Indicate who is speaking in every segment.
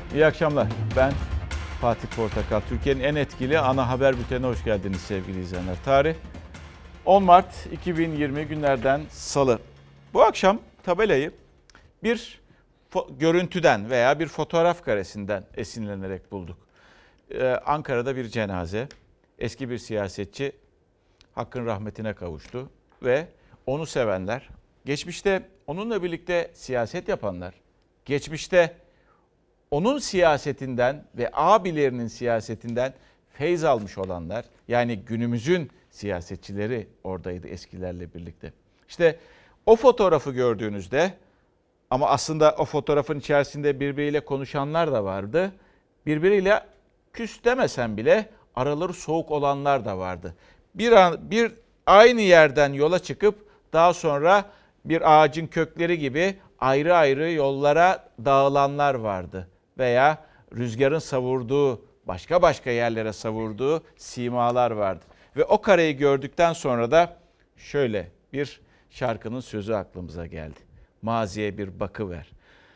Speaker 1: İyi akşamlar. Ben Fatih Portakal. Türkiye'nin en etkili ana haber bültenine hoş geldiniz sevgili izleyenler. Tarih 10 Mart 2020 günlerden Salı. Bu akşam tabelayı bir görüntüden veya bir fotoğraf karesinden esinlenerek bulduk. Ankara'da bir cenaze. Eski bir siyasetçi hakkın rahmetine kavuştu ve onu sevenler, geçmişte onunla birlikte siyaset yapanlar, geçmişte onun siyasetinden ve abilerinin siyasetinden feyz almış olanlar, yani günümüzün siyasetçileri oradaydı eskilerle birlikte. İşte o fotoğrafı gördüğünüzde, ama aslında o fotoğrafın içerisinde birbiriyle konuşanlar da vardı. Birbiriyle küs demesen bile araları soğuk olanlar da vardı. Bir aynı yerden yola çıkıp daha sonra bir ağacın kökleri gibi ayrı ayrı yollara dağılanlar vardı. Veya rüzgarın savurduğu, başka yerlere savurduğu simalar vardı. Ve o kareyi gördükten sonra da şöyle bir şarkının sözü aklımıza geldi. Maziye bir bakıver.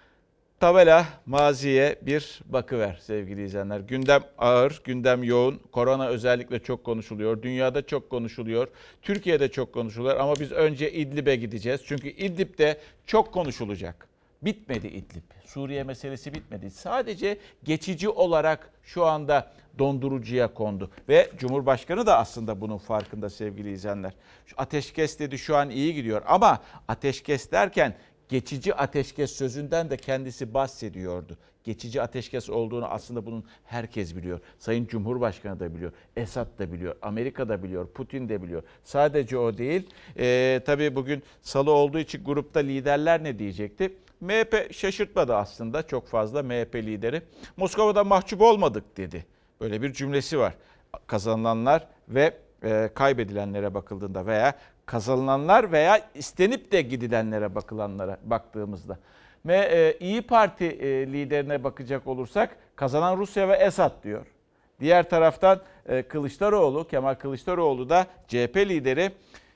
Speaker 1: Tabela maziye bir bakıver sevgili izleyenler. Gündem ağır, gündem yoğun. Korona özellikle çok konuşuluyor. Dünyada çok konuşuluyor. Türkiye'de çok konuşuluyor ama biz önce İdlib'e gideceğiz. Çünkü İdlib'de çok konuşulacak. Bitmedi İdlib. Suriye meselesi bitmedi. Sadece geçici olarak şu anda dondurucuya kondu. Ve Cumhurbaşkanı da aslında bunun farkında sevgili izleyenler. Şu ateşkes dedi, şu an iyi gidiyor ama ateşkes derken geçici ateşkes sözünden de kendisi bahsediyordu. Geçici ateşkes olduğunu aslında bunun herkes biliyor. Sayın Cumhurbaşkanı da biliyor, Esad da biliyor, Amerika da biliyor, Putin de biliyor. Sadece o değil. Tabii bugün salı olduğu için grupta liderler ne diyecekti? MHP şaşırtmadı aslında çok fazla MHP lideri. Moskova'da mahcup olmadık dedi. Böyle bir cümlesi var. Kazanılanlar ve kaybedilenlere bakıldığında veya kazanılanlar veya istenip de gidilenlere baktığımızda. Ve İyi Parti liderine bakacak olursak kazanan Rusya ve Esad diyor. Diğer taraftan Kılıçdaroğlu, Kemal Kılıçdaroğlu da CHP lideri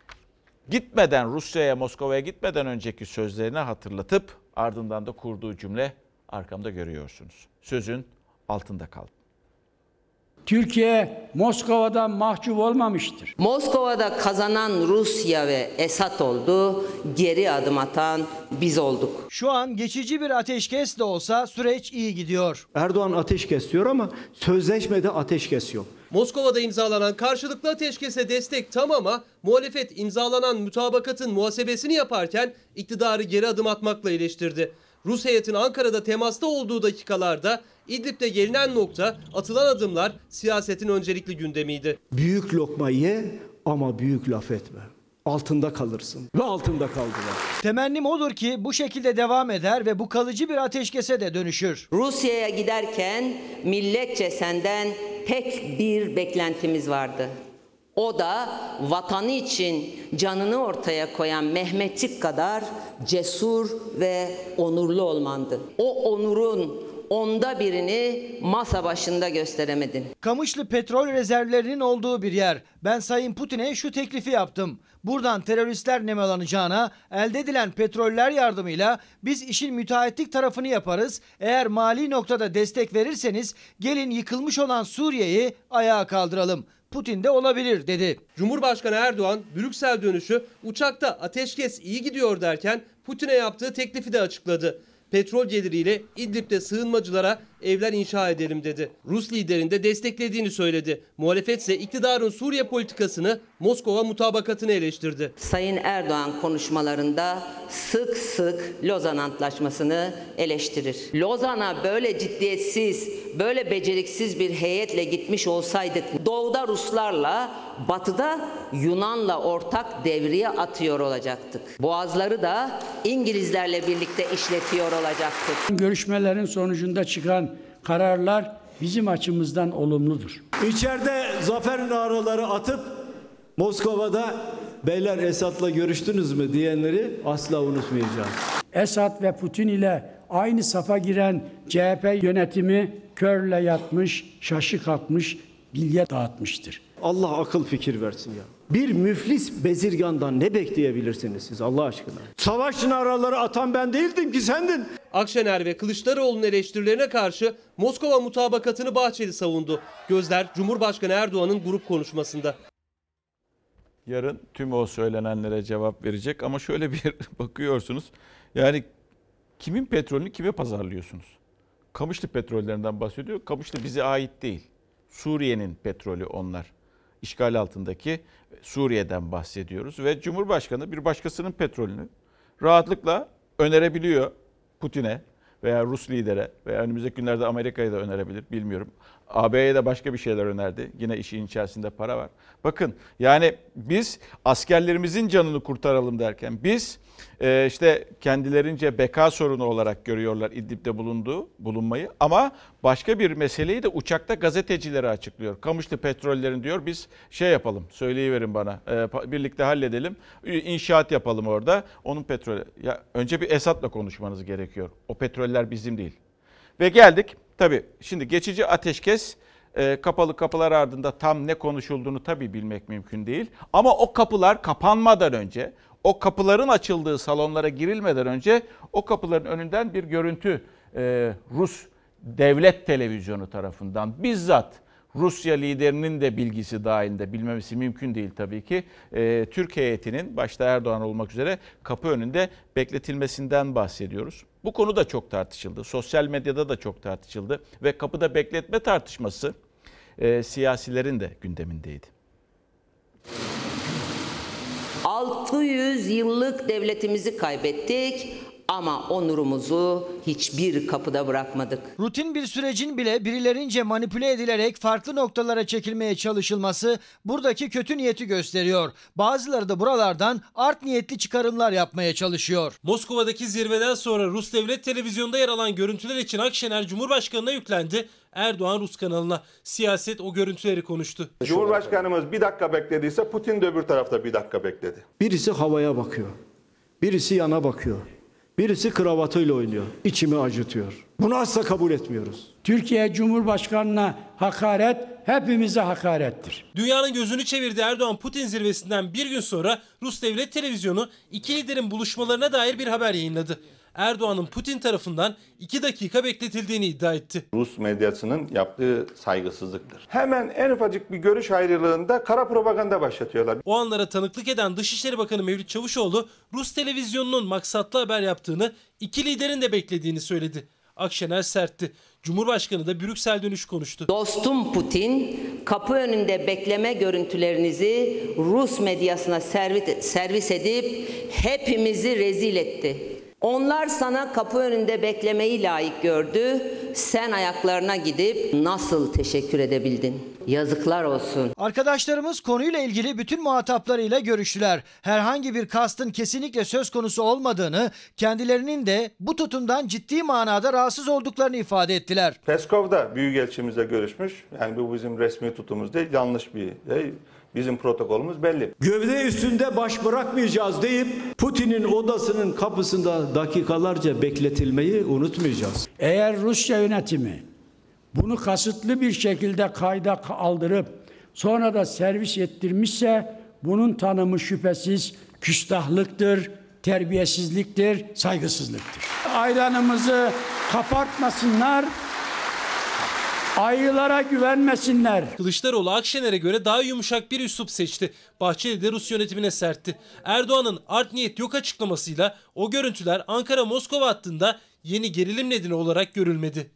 Speaker 1: gitmeden, Rusya'ya, Moskova'ya gitmeden önceki sözlerini hatırlatıp ardından da kurduğu cümle arkamda görüyorsunuz. Sözün altında kaldı.
Speaker 2: Türkiye Moskova'dan mahcup olmamıştır.
Speaker 3: Moskova'da kazanan Rusya ve Esad oldu, geri adım atan biz olduk.
Speaker 4: Şu an geçici bir ateşkes de olsa süreç iyi gidiyor.
Speaker 5: Erdoğan ateşkes diyor ama sözleşmede ateşkes yok.
Speaker 6: Moskova'da imzalanan karşılıklı ateşkese destek tam ama muhalefet imzalanan mutabakatın muhasebesini yaparken iktidarı geri adım atmakla eleştirdi. Rus heyetin Ankara'da temasta olduğu dakikalarda İdlib'de gelinen nokta, atılan adımlar siyasetin öncelikli gündemiydi.
Speaker 5: Büyük lokma ye ama büyük laf etme. Altında kalırsın ve altında kaldılar.
Speaker 4: Temennim odur ki bu şekilde devam eder ve bu kalıcı bir ateşkese de dönüşür.
Speaker 3: Rusya'ya giderken milletçe senden tek bir beklentimiz vardı. O da vatanı için canını ortaya koyan Mehmetçik kadar cesur ve onurlu olmandı. O onurun onda birini masa başında gösteremedin.
Speaker 4: Kamışlı petrol rezervlerinin olduğu bir yer. Ben Sayın Putin'e şu teklifi yaptım. Buradan teröristler nemalanacağına elde edilen petroller yardımıyla biz işin müteahhitlik tarafını yaparız. Eğer mali noktada destek verirseniz gelin yıkılmış olan Suriye'yi ayağa kaldıralım. Putin de olabilir dedi.
Speaker 6: Cumhurbaşkanı Erdoğan Brüksel dönüşü uçakta ateşkes iyi gidiyor derken Putin'e yaptığı teklifi de açıkladı. Petrol geliriyle İdlib'de sığınmacılara evler inşa edelim dedi. Rus liderin de desteklediğini söyledi. Muhalefet ise iktidarın Suriye politikasını, Moskova mutabakatını eleştirdi.
Speaker 3: Sayın Erdoğan konuşmalarında sık sık Lozan Antlaşması'nı eleştirir. Lozan'a böyle ciddiyetsiz, böyle beceriksiz bir heyetle gitmiş olsaydık doğuda Ruslarla, batıda Yunan'la ortak devriye atıyor olacaktık. Boğazları da İngilizlerle birlikte işletiyor olacaktık.
Speaker 2: Görüşmelerin sonucunda çıkan kararlar bizim açımızdan olumludur.
Speaker 5: İçeride zafer naraları atıp Moskova'da beyler Esad'la görüştünüz mü diyenleri asla unutmayacağız.
Speaker 2: Esad ve Putin ile aynı safa giren CHP yönetimi körle yatmış, şaşı kalkmış, bilye dağıtmıştır.
Speaker 5: Allah akıl fikir versin ya. Bir müflis bezirgandan ne bekleyebilirsiniz siz Allah aşkına? Savaş naraları atan ben değildim ki sendin.
Speaker 6: Akşener ve Kılıçdaroğlu'nun eleştirilerine karşı Moskova mutabakatını Bahçeli savundu. Gözler Cumhurbaşkanı Erdoğan'ın grup konuşmasında.
Speaker 1: Yarın tüm o söylenenlere cevap verecek ama şöyle bir bakıyorsunuz. Yani kimin petrolünü kime pazarlıyorsunuz? Kamışlı petrollerinden bahsediyor. Kamışlı bize ait değil. Suriye'nin petrolü onlar. İşgal altındaki Suriye'den bahsediyoruz ve Cumhurbaşkanı bir başkasının petrolünü rahatlıkla önerebiliyor Putin'e veya Rus lidere veya önümüzdeki günlerde Amerika'ya da önerebilir, bilmiyorum. AB'ye de başka bir şeyler önerdi. Yine işin içerisinde para var. Bakın yani biz askerlerimizin canını kurtaralım derken biz işte kendilerince beka sorunu olarak görüyorlar İdlib'de bulunmayı. Ama başka bir meseleyi de uçakta gazetecilere açıklıyor. Kamışlı petrollerin diyor biz şey yapalım, söyleyiverin bana, birlikte halledelim, inşaat yapalım orada. Onun petrolü. Ya önce bir Esad'la konuşmanız gerekiyor. O petroller bizim değil. Ve geldik tabii şimdi geçici ateşkes, kapalı kapılar ardında tam ne konuşulduğunu tabii bilmek mümkün değil. Ama o kapılar kapanmadan önce, o kapıların açıldığı salonlara girilmeden önce o kapıların önünden bir görüntü Rus devlet televizyonu tarafından bizzat Rusya liderinin de bilgisi dahilinde, bilmemesi mümkün değil tabii ki, Türk heyetinin başta Erdoğan olmak üzere kapı önünde bekletilmesinden bahsediyoruz. Bu konu da çok tartışıldı. Sosyal medyada da çok tartışıldı ve kapıda bekletme tartışması siyasilerin de gündemindeydi.
Speaker 3: 600 yıllık devletimizi kaybettik ama onurumuzu hiçbir kapıda bırakmadık.
Speaker 4: Rutin bir sürecin bile birilerince manipüle edilerek farklı noktalara çekilmeye çalışılması buradaki kötü niyeti gösteriyor. Bazıları da buralardan art niyetli çıkarımlar yapmaya çalışıyor.
Speaker 7: Moskova'daki zirveden sonra Rus Devlet Televizyonu'nda yer alan görüntüler için Akşener Cumhurbaşkanı'na yüklendi. Erdoğan Rus kanalına. Siyaset o görüntüleri konuştu.
Speaker 8: Cumhurbaşkanımız bir dakika beklediyse Putin de öbür tarafta bir dakika bekledi.
Speaker 5: Birisi havaya bakıyor. Birisi yana bakıyor. Birisi kravatıyla oynuyor. İçimi acıtıyor. Bunu asla kabul etmiyoruz.
Speaker 2: Türkiye Cumhurbaşkanı'na hakaret hepimize hakarettir.
Speaker 7: Dünyanın gözünü çevirdiği Erdoğan-Putin zirvesinden bir gün sonra Rus Devlet Televizyonu iki liderin buluşmalarına dair bir haber yayınladı. Erdoğan'ın Putin tarafından 2 dakika bekletildiğini iddia etti.
Speaker 8: Rus medyasının yaptığı saygısızlıktır. Hemen en ufacık bir görüş ayrılığında kara propaganda başlatıyorlar.
Speaker 7: O anlara tanıklık eden Dışişleri Bakanı Mevlüt Çavuşoğlu, Rus televizyonunun maksatlı haber yaptığını, iki liderin de beklediğini söyledi. Akşener sertti. Cumhurbaşkanı da Brüksel dönüş konuştu.
Speaker 3: Dostum Putin, kapı önünde bekleme görüntülerinizi Rus medyasına servis edip hepimizi rezil etti. Onlar sana kapı önünde beklemeyi layık gördü. Sen ayaklarına gidip nasıl teşekkür edebildin? Yazıklar olsun.
Speaker 4: Arkadaşlarımız konuyla ilgili bütün muhataplarıyla görüştüler. Herhangi bir kastın kesinlikle söz konusu olmadığını, kendilerinin de bu tutumdan ciddi manada rahatsız olduklarını ifade ettiler.
Speaker 8: Peskov da büyükelçimizle görüşmüş. Yani bu bizim resmi tutumumuz değil, yanlış bir şey. Bizim protokolümüz belli.
Speaker 5: Gövde üstünde baş bırakmayacağız deyip Putin'in odasının kapısında dakikalarca bekletilmeyi unutmayacağız.
Speaker 2: Eğer Rusya yönetimi bunu kasıtlı bir şekilde kayda aldırıp sonra da servis ettirmişse bunun tanımı şüphesiz küstahlıktır, terbiyesizliktir, saygısızlıktır. Ayranımızı kapartmasınlar, ayılara güvenmesinler.
Speaker 7: Kılıçdaroğlu Akşener'e göre daha yumuşak bir üslup seçti. Bahçeli de Rus yönetimine sertti. Erdoğan'ın art niyet yok açıklamasıyla o görüntüler Ankara-Moskova hattında yeni gerilim nedeni olarak görülmedi.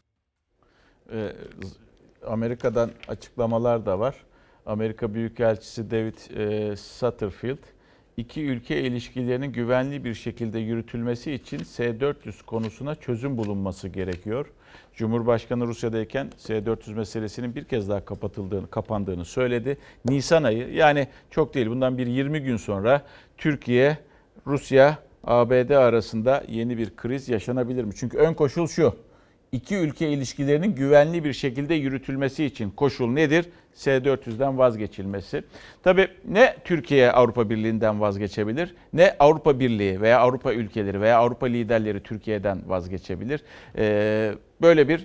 Speaker 1: Amerika'dan açıklamalar da var. Amerika Büyükelçisi David Satterfield, iki ülke ilişkilerinin güvenli bir şekilde yürütülmesi için S-400 konusuna çözüm bulunması gerekiyor. Cumhurbaşkanı Rusya'dayken S-400 meselesinin bir kez daha kapandığını söyledi. Nisan ayı, yani çok değil, bundan bir 20 gün sonra Türkiye, Rusya, ABD arasında yeni bir kriz yaşanabilir mi? Çünkü ön koşul şu: İki ülke ilişkilerinin güvenli bir şekilde yürütülmesi için koşul nedir? S-400'den vazgeçilmesi. Tabii ne Türkiye Avrupa Birliği'nden vazgeçebilir, ne Avrupa Birliği veya Avrupa ülkeleri veya Avrupa liderleri Türkiye'den vazgeçebilir. Böyle bir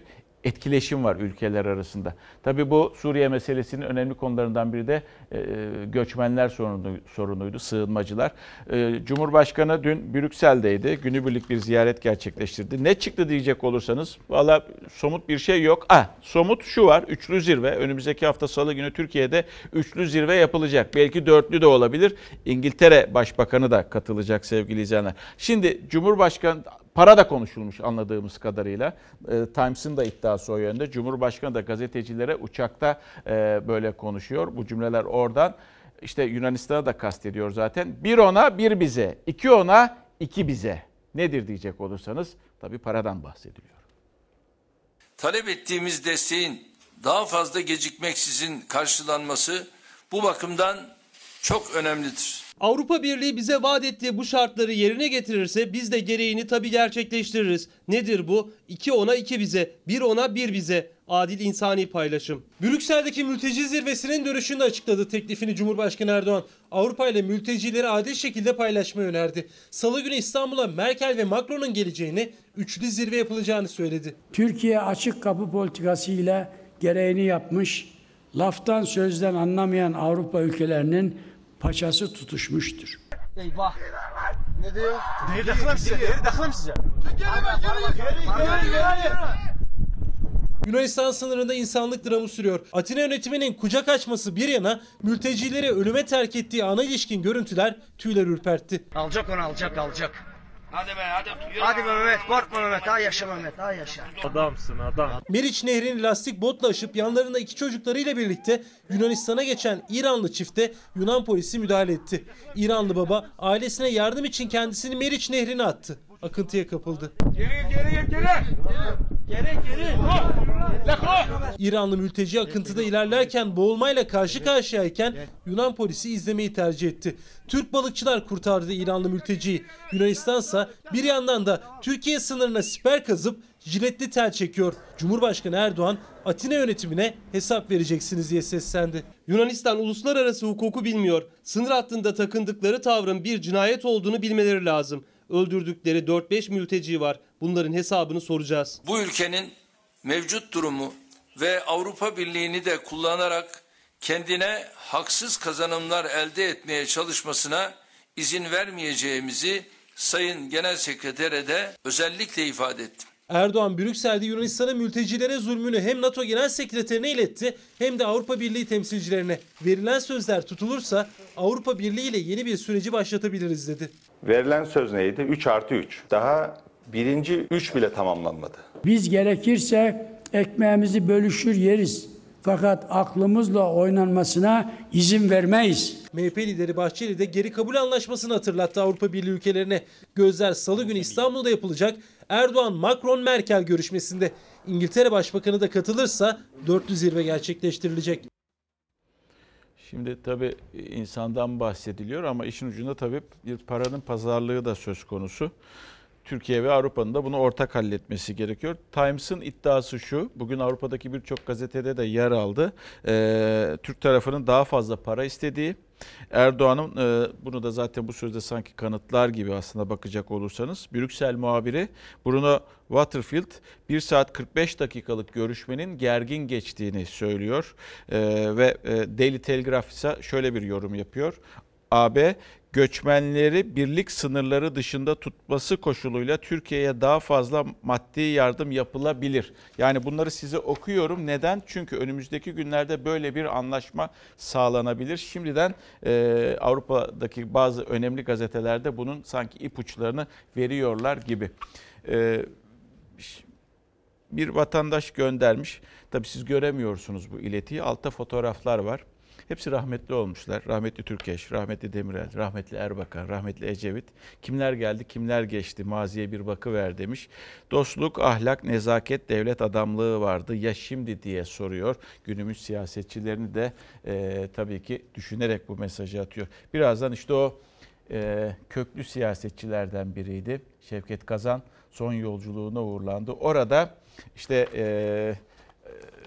Speaker 1: etkileşim var ülkeler arasında. Tabii bu Suriye meselesinin önemli konularından biri de göçmenler sorunuydu, sığınmacılar. Cumhurbaşkanı dün Brüksel'deydi. Günübirlik bir ziyaret gerçekleştirdi. Ne çıktı diyecek olursanız, valla somut bir şey yok. Somut şu var, üçlü zirve. Önümüzdeki hafta Salı günü Türkiye'de üçlü zirve yapılacak. Belki dörtlü de olabilir. İngiltere Başbakanı da katılacak sevgili izleyenler. Şimdi Cumhurbaşkanı, para da konuşulmuş anladığımız kadarıyla. Times'ın da iddiası o yönde. Cumhurbaşkanı da gazetecilere uçakta böyle konuşuyor. Bu cümleler oradan. İşte Yunanistan'a da kastediyor zaten. Bir ona, bir bize. İki ona, iki bize. Nedir diyecek olursanız tabii paradan bahsediliyor.
Speaker 9: Talep ettiğimiz desteğin daha fazla gecikmeksizin karşılanması bu bakımdan çok önemlidir.
Speaker 6: Avrupa Birliği bize vaat ettiği bu şartları yerine getirirse biz de gereğini tabii gerçekleştiririz. Nedir bu? 2 ona 2 bize, 1 ona 1 bize. Adil insani paylaşım.
Speaker 7: Brüksel'deki mülteci zirvesinin dönüşünde açıkladı teklifini Cumhurbaşkanı Erdoğan. Avrupa ile mültecileri adil şekilde paylaşmayı önerdi. Salı günü İstanbul'a Merkel ve Macron'un geleceğini, üçlü zirve yapılacağını söyledi.
Speaker 2: Türkiye açık kapı politikası ile gereğini yapmış, laftan sözden anlamayan Avrupa ülkelerinin paçası tutuşmuştur.
Speaker 4: Eyvah. Ne diyor?
Speaker 10: Geri takılayım size.
Speaker 7: Yunanistan sınırında insanlık dramı sürüyor. Atina yönetiminin kucak açması bir yana, mültecileri ölüme terk ettiği ana ilişkin görüntüler tüyler ürpertti.
Speaker 10: Alacak onu, alacak. Hadi be, hadi. Hadi be Mehmet, korkma Mehmet. Daha yaşa Mehmet, daha yaşa. Adamsın adam.
Speaker 7: Meriç Nehri'ni lastik botla aşıp yanlarında 2 çocuklarıyla birlikte Yunanistan'a geçen İranlı çifte Yunan polisi müdahale etti. İranlı baba ailesine yardım için kendisini Meriç Nehri'ne attı. Akıntıya kapıldı. Geri. İranlı mülteci akıntıda ilerlerken boğulmayla karşı karşıyayken Yunan polisi izlemeyi tercih etti. Türk balıkçılar kurtardı İranlı mülteciyi. Yunanistansa bir yandan da Türkiye sınırına siper kazıp jiletli tel çekiyor. Cumhurbaşkanı Erdoğan Atina yönetimine hesap vereceksiniz diye seslendi.
Speaker 6: Yunanistan uluslararası hukuku bilmiyor. Sınır hattında takındıkları tavrın bir cinayet olduğunu bilmeleri lazım. Öldürdükleri 4-5 mülteci var. Bunların hesabını soracağız.
Speaker 9: Bu ülkenin mevcut durumu ve Avrupa Birliği'ni de kullanarak kendine haksız kazanımlar elde etmeye çalışmasına izin vermeyeceğimizi Sayın Genel Sekreter'e de özellikle ifade ettim.
Speaker 7: Erdoğan Brüksel'de Yunanistan'ın mültecilere zulmünü hem NATO Genel Sekreterine iletti hem de Avrupa Birliği temsilcilerine. Verilen sözler tutulursa Avrupa Birliği ile yeni bir süreci başlatabiliriz dedi.
Speaker 8: Verilen söz neydi? 3+3. Daha birinci 3 bile tamamlanmadı.
Speaker 2: Biz gerekirse ekmeğimizi bölüşür yeriz. Fakat aklımızla oynanmasına izin vermeyiz.
Speaker 7: MHP lideri Bahçeli de geri kabul anlaşmasını hatırlattı Avrupa Birliği ülkelerine. Gözler Salı günü İstanbul'da yapılacak Erdoğan-Macron-Merkel görüşmesinde. İngiltere Başbakanı da katılırsa dörtlü zirve gerçekleştirilecek.
Speaker 1: Şimdi tabii insandan bahsediliyor ama işin ucunda tabii bir paranın pazarlığı da söz konusu. Türkiye ve Avrupa'nın da bunu ortak halletmesi gerekiyor. Times'ın iddiası şu, bugün Avrupa'daki birçok gazetede de yer aldı. Türk tarafının daha fazla para istediği, Erdoğan'ın bunu da zaten bu sözde sanki kanıtlar gibi aslında bakacak olursanız. Brüksel muhabiri Bruno Waterfield 1 saat 45 dakikalık görüşmenin gergin geçtiğini söylüyor. Ve Daily Telegraph ise şöyle bir yorum yapıyor. AB göçmenleri birlik sınırları dışında tutması koşuluyla Türkiye'ye daha fazla maddi yardım yapılabilir. Yani bunları size okuyorum. Neden? Çünkü önümüzdeki günlerde böyle bir anlaşma sağlanabilir. Şimdiden Avrupa'daki bazı önemli gazetelerde bunun sanki ipuçlarını veriyorlar gibi. Bir vatandaş göndermiş. Tabii siz göremiyorsunuz bu iletiyi. Altta fotoğraflar var. Hepsi rahmetli olmuşlar. Rahmetli Türkeş, rahmetli Demirel, rahmetli Erbakan, rahmetli Ecevit. Kimler geldi, kimler geçti, maziye bir bakıver demiş. Dostluk, ahlak, nezaket, devlet adamlığı vardı. Ya şimdi diye soruyor. Günümüz siyasetçilerini de tabii ki düşünerek bu mesajı atıyor. Birazdan işte o köklü siyasetçilerden biriydi. Şevket Kazan son yolculuğuna uğurlandı. Orada işte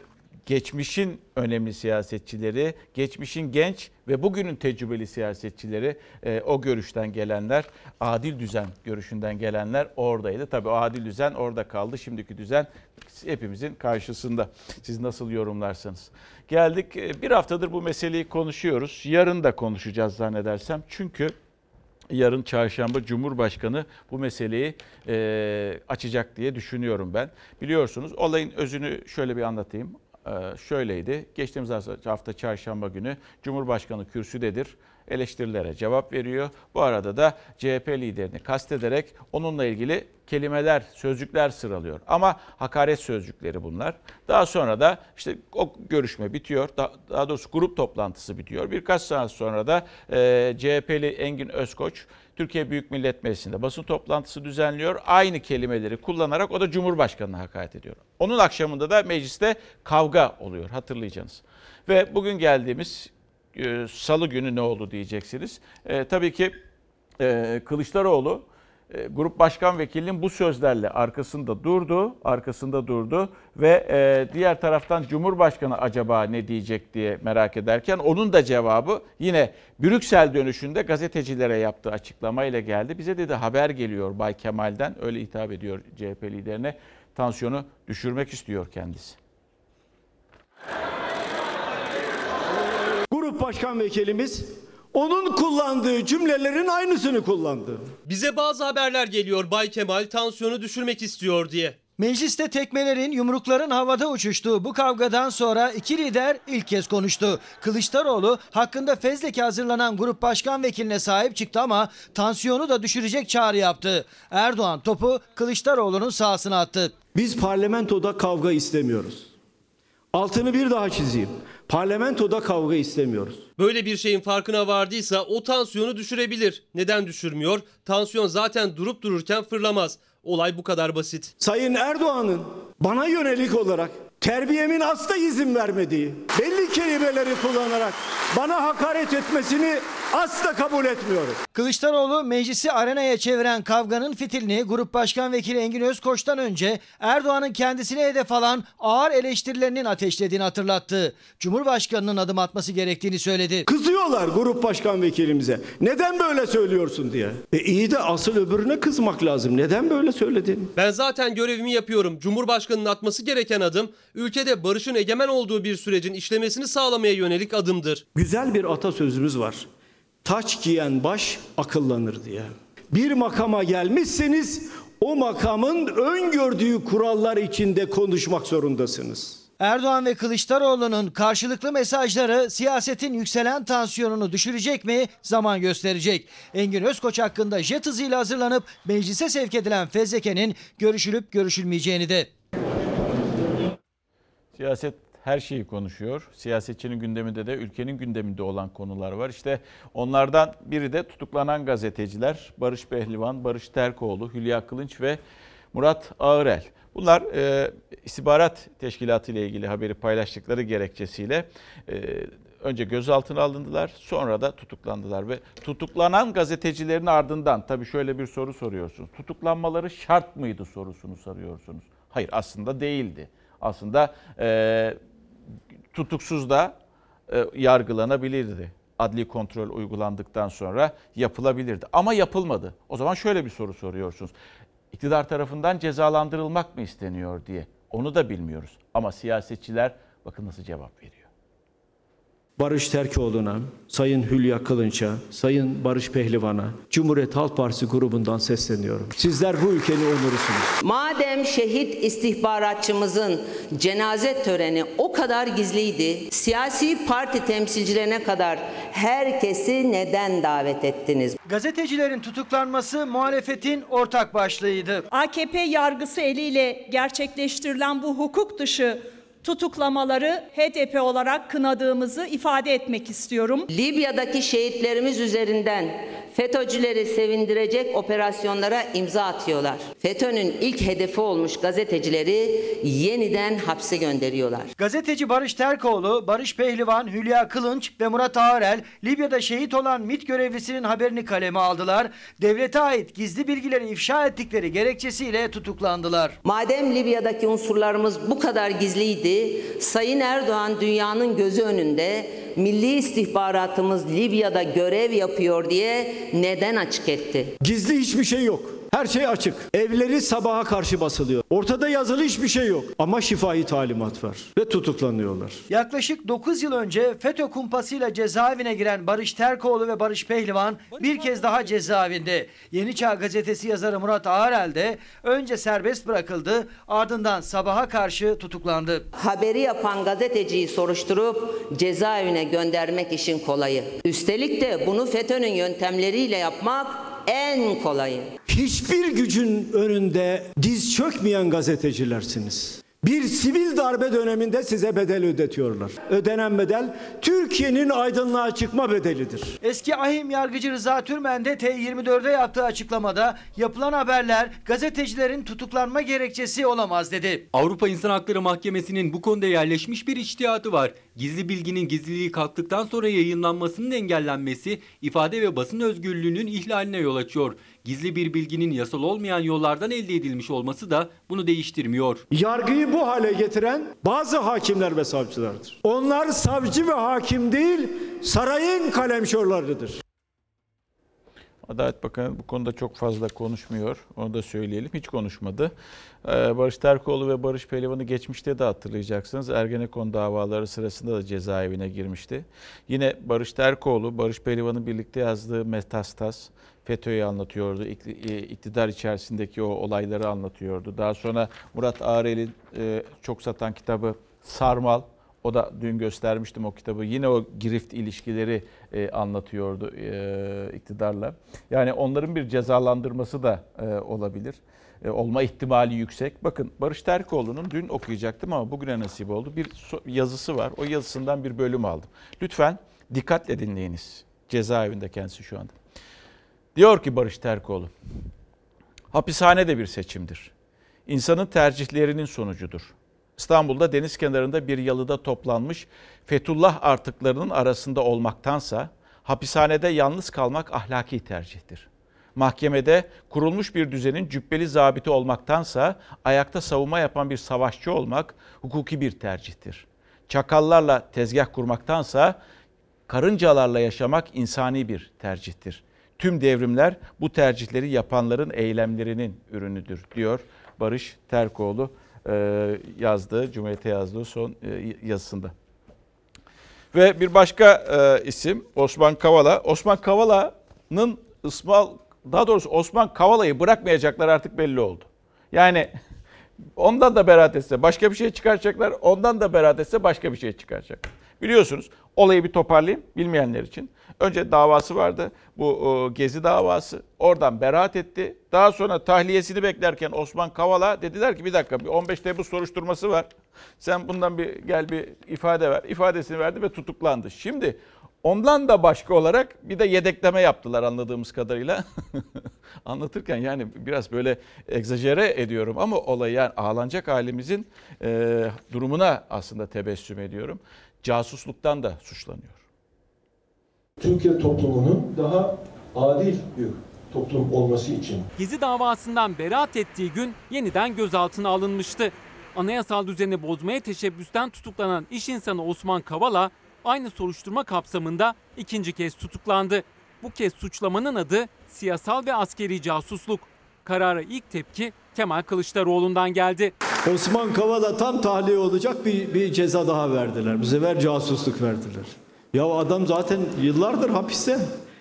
Speaker 1: geçmişin önemli siyasetçileri, geçmişin genç ve bugünün tecrübeli siyasetçileri, o görüşten gelenler, adil düzen görüşünden gelenler oradaydı. Tabii o adil düzen orada kaldı. Şimdiki düzen hepimizin karşısında. Siz nasıl yorumlarsanız. Geldik, bir haftadır bu meseleyi konuşuyoruz. Yarın da konuşacağız zannedersem. Çünkü yarın çarşamba Cumhurbaşkanı bu meseleyi açacak diye düşünüyorum ben. Biliyorsunuz olayın özünü şöyle bir anlatayım. Şöyleydi. Geçtiğimiz hafta çarşamba günü Cumhurbaşkanı kürsüdedir. Eleştirilere cevap veriyor. Bu arada da CHP liderini kastederek onunla ilgili kelimeler, sözcükler sıralıyor. Ama hakaret sözcükleri bunlar. Daha sonra da işte o görüşme bitiyor. Daha doğrusu grup toplantısı bitiyor. Birkaç saat sonra da CHP'li Engin Özkoç Türkiye Büyük Millet Meclisi'nde basın toplantısı düzenliyor. Aynı kelimeleri kullanarak o da Cumhurbaşkanı'na hakaret ediyor. Onun akşamında da mecliste kavga oluyor, hatırlayacaksınız. Ve bugün geldiğimiz Salı günü ne oldu diyeceksiniz. Tabii ki Kılıçdaroğlu Grup Başkan Vekilinin bu sözlerle arkasında durdu ve diğer taraftan Cumhurbaşkanı acaba ne diyecek diye merak ederken onun da cevabı yine Brüksel dönüşünde gazetecilere yaptığı açıklamayla geldi. Bize dedi haber geliyor Bay Kemal'den, öyle hitap ediyor CHP liderine, tansiyonu düşürmek istiyor kendisi.
Speaker 5: Grup Başkan Vekilimiz onun kullandığı cümlelerin aynısını kullandı.
Speaker 6: Bize bazı haberler geliyor Bay Kemal tansiyonu düşürmek istiyor diye.
Speaker 4: Mecliste tekmelerin, yumrukların havada uçuştuğu bu kavgadan sonra iki lider ilk kez konuştu. Kılıçdaroğlu hakkında fezleke hazırlanan grup başkan vekiline sahip çıktı ama tansiyonu da düşürecek çağrı yaptı. Erdoğan topu Kılıçdaroğlu'nun sahasına attı.
Speaker 5: Biz parlamentoda kavga istemiyoruz. Altını bir daha çizeyim. Parlamentoda kavga istemiyoruz.
Speaker 6: Böyle bir şeyin farkına vardıysa o tansiyonu düşürebilir. Neden düşürmüyor? Tansiyon zaten durup dururken fırlamaz. Olay bu kadar basit.
Speaker 5: Sayın Erdoğan'ın bana yönelik olarak terbiyemin asla izin vermediği belli kelimeleri kullanarak bana hakaret etmesini asla kabul etmiyorum.
Speaker 4: Kılıçdaroğlu meclisi arenaya çeviren kavganın fitilini Grup Başkan Vekili Engin Özkoç'tan önce Erdoğan'ın kendisine hedef alan ağır eleştirilerinin ateşlediğini hatırlattı. Cumhurbaşkanının adım atması gerektiğini söyledi.
Speaker 5: Kızıyorlar Grup Başkan Vekilimize. Neden böyle söylüyorsun diye. İyi de asıl öbürüne kızmak lazım. Neden böyle söyledin?
Speaker 6: Ben zaten görevimi yapıyorum. Cumhurbaşkanının atması gereken adım ülkede barışın egemen olduğu bir sürecin işlemesini sağlamaya yönelik adımdır.
Speaker 5: Güzel bir atasözümüz var. Taç giyen baş akıllanır diye. Bir makama gelmişseniz o makamın öngördüğü kurallar içinde konuşmak zorundasınız.
Speaker 4: Erdoğan ve Kılıçdaroğlu'nun karşılıklı mesajları siyasetin yükselen tansiyonunu düşürecek mi? Zaman gösterecek. Engin Özkoç hakkında jet hızıyla hazırlanıp meclise sevk edilen fezlekenin görüşülüp görüşülmeyeceğini de.
Speaker 1: Siyaset her şeyi konuşuyor. Siyasetçinin gündeminde de ülkenin gündeminde olan konular var. İşte onlardan biri de tutuklanan gazeteciler Barış Pehlivan, Barış Terkoğlu, Hülya Kılınç ve Murat Ağırel. Bunlar istihbarat teşkilatı ile ilgili haberi paylaştıkları gerekçesiyle önce gözaltına alındılar, sonra da tutuklandılar ve tutuklanan gazetecilerin ardından tabii şöyle bir soru soruyorsunuz. Tutuklanmaları şart mıydı sorusunu soruyorsunuz. Hayır, aslında değildi. Aslında tutuksuz da yargılanabilirdi. Adli kontrol uygulandıktan sonra yapılabilirdi. Ama yapılmadı. O zaman şöyle bir soru soruyorsunuz. İktidar tarafından cezalandırılmak mı isteniyor diye. Onu da bilmiyoruz. Ama siyasetçiler bakın nasıl cevap veriyor.
Speaker 5: Barış Terkoğlu'na, Sayın Hülya Kılınç'a, Sayın Barış Pehlivan'a, Cumhuriyet Halk Partisi grubundan sesleniyorum. Sizler bu ülkenin onurusunuz.
Speaker 3: Madem şehit istihbaratçımızın cenaze töreni o kadar gizliydi, siyasi parti temsilcilerine kadar herkesi neden davet ettiniz?
Speaker 4: Gazetecilerin tutuklanması muhalefetin ortak başlığıydı.
Speaker 11: AKP yargısı eliyle gerçekleştirilen bu hukuk dışı tutuklamaları HDP olarak kınadığımızı ifade etmek istiyorum.
Speaker 3: Libya'daki şehitlerimiz üzerinden FETÖ'cüleri sevindirecek operasyonlara imza atıyorlar. FETÖ'nün ilk hedefi olmuş gazetecileri yeniden hapse gönderiyorlar.
Speaker 4: Gazeteci Barış Terkoğlu, Barış Pehlivan, Hülya Kılınç ve Murat Ağarel Libya'da şehit olan MİT görevlisinin haberini kaleme aldılar. Devlete ait gizli bilgileri ifşa ettikleri gerekçesiyle tutuklandılar.
Speaker 3: Madem Libya'daki unsurlarımız bu kadar gizliydi, Sayın Erdoğan dünyanın gözü önünde milli istihbaratımız Libya'da görev yapıyor diye neden açık etti?
Speaker 5: Gizli hiçbir şey yok. Her şey açık. Evleri sabaha karşı basılıyor. Ortada yazılı hiçbir şey yok. Ama şifai talimat var. Ve tutuklanıyorlar.
Speaker 4: Yaklaşık 9 yıl önce FETÖ kumpasıyla cezaevine giren Barış Terkoğlu ve Barış Pehlivan bir kez daha cezaevinde. Yeni Çağ gazetesi yazarı Murat Ağarel de önce serbest bırakıldı, ardından sabaha karşı tutuklandı.
Speaker 3: Haberi yapan gazeteciyi soruşturup cezaevine göndermek işin kolayı. Üstelik de bunu FETÖ'nün yöntemleriyle yapmak en kolayı.
Speaker 5: Hiçbir gücün önünde diz çökmeyen gazetecilersiniz. Bir sivil darbe döneminde size bedel ödetiyorlar. Ödenen bedel Türkiye'nin aydınlığa çıkma bedelidir.
Speaker 4: Eski ahim yargıcı Rıza Türmen de T24'e yaptığı açıklamada yapılan haberler gazetecilerin tutuklanma gerekçesi olamaz dedi.
Speaker 12: Avrupa İnsan Hakları Mahkemesi'nin bu konuda yerleşmiş bir içtihatı var. Gizli bilginin gizliliği kalktıktan sonra yayınlanmasının engellenmesi ifade ve basın özgürlüğünün ihlaline yol açıyor. Gizli bir bilginin yasal olmayan yollardan elde edilmiş olması da bunu değiştirmiyor.
Speaker 5: Yargıyı bu hale getiren bazı hakimler ve savcılardır. Onlar savcı ve hakim değil, sarayın kalemşorlarıdır.
Speaker 1: Adalet Bakanı bu konuda çok fazla konuşmuyor. Onu da söyleyelim. Hiç konuşmadı. Barış Terkoğlu ve Barış Pehlivan'ı geçmişte de hatırlayacaksınız. Ergenekon davaları sırasında da cezaevine girmişti. Yine Barış Terkoğlu, Barış Pehlivan'ın birlikte yazdığı Metastas, FETÖ'yü anlatıyordu. İktidar içerisindeki o olayları anlatıyordu. Daha sonra Murat Ağarel'in çok satan kitabı Sarmal. O da dün göstermiştim o kitabı. Yine o girift ilişkileri anlatıyordu iktidarla. Yani onların bir cezalandırması da olabilir. Olma ihtimali yüksek. Bakın Barış Terkoğlu'nun dün okuyacaktım ama bugüne nasip oldu. Bir yazısı var. O yazısından bir bölüm aldım. Lütfen dikkatle dinleyiniz. Cezaevinde kendisi şu anda. Diyor ki Barış Terkoğlu, hapishane de bir seçimdir. İnsanın tercihlerinin sonucudur. İstanbul'da deniz kenarında bir yalıda toplanmış Fethullah artıklarının arasında olmaktansa hapishanede yalnız kalmak ahlaki tercihtir. Mahkemede kurulmuş bir düzenin cübbeli zabiti olmaktansa ayakta savunma yapan bir savaşçı olmak hukuki bir tercihtir. Çakallarla tezgah kurmaktansa karıncalarla yaşamak insani bir tercihtir. Tüm devrimler bu tercihleri yapanların eylemlerinin ürünüdür diyor Barış Terkoğlu yazdığı, Cumhuriyet'e yazdığı son yazısında. Ve bir başka isim Osman Kavala. Osman Kavala'nın Osman Kavala'yı bırakmayacaklar artık belli oldu. Yani ondan da beraat etse başka bir şey çıkaracaklar, ondan da beraat etse başka bir şey çıkaracaklar. Biliyorsunuz olayı bir toparlayayım bilmeyenler için. Önce davası vardı, bu Gezi davası. Oradan beraat etti. Daha sonra tahliyesini beklerken Osman Kavala dediler ki bir dakika, bir 15 Temmuz soruşturması var. Sen bundan bir gel bir ifade ver. İfadesini verdi ve tutuklandı. Şimdi ondan da başka olarak bir de yedekleme yaptılar anladığımız kadarıyla. Anlatırken yani biraz böyle egzajere ediyorum ama olay yani ağlanacak halimizin durumuna aslında tebessüm ediyorum. Casusluktan da suçlanıyor.
Speaker 13: Türkiye toplumunun daha adil bir toplum olması için.
Speaker 14: Gezi davasından beraat ettiği gün yeniden gözaltına alınmıştı. Anayasal düzeni bozmaya teşebbüsten tutuklanan iş insanı Osman Kavala aynı soruşturma kapsamında ikinci kez tutuklandı. Bu kez suçlamanın adı siyasal ve askeri casusluk. Karara ilk tepki Kemal Kılıçdaroğlu'ndan geldi.
Speaker 5: Osman Kavala tam tahliye olacak bir ceza daha verdiler. Bu sefer casusluk verdiler. Ya adam zaten yıllardır hapiste.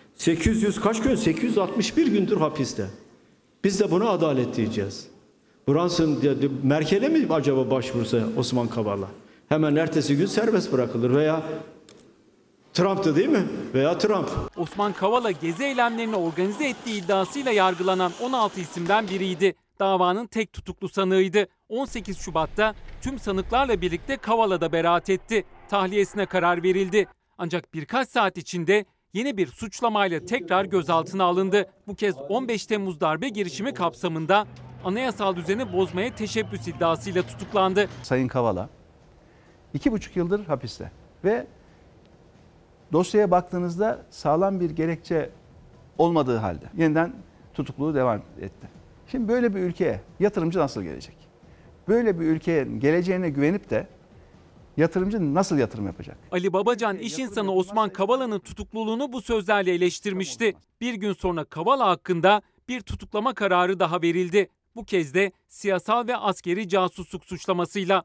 Speaker 5: 861 gündür hapiste. Biz de buna adalet diyeceğiz. Brunson Merkel'e mi acaba başvursa Osman Kavala? Hemen ertesi gün serbest bırakılır veya Trump'tı değil mi? Veya Trump.
Speaker 14: Osman Kavala gezi eylemlerini organize ettiği iddiasıyla yargılanan 16 isimden biriydi. Davanın tek tutuklu sanığıydı. 18 Şubat'ta tüm sanıklarla birlikte Kavala da beraat etti. Tahliyesine karar verildi. Ancak birkaç saat içinde yeni bir suçlamayla tekrar gözaltına alındı. Bu kez 15 Temmuz darbe girişimi kapsamında anayasal düzeni bozmaya teşebbüs iddiasıyla tutuklandı.
Speaker 15: Sayın Kavala 2,5 yıldır hapiste ve dosyaya baktığınızda sağlam bir gerekçe olmadığı halde yeniden tutukluluğu devam etti. Şimdi böyle bir ülkeye yatırımcı nasıl gelecek? Böyle bir ülkeye geleceğine güvenip de yatırımcı nasıl yatırım yapacak?
Speaker 14: Ali Babacan iş insanı Osman Kavala'nın tutukluluğunu bu sözlerle eleştirmişti. Bir gün sonra Kavala hakkında bir tutuklama kararı daha verildi. Bu kez de siyasal ve askeri casusluk suçlamasıyla.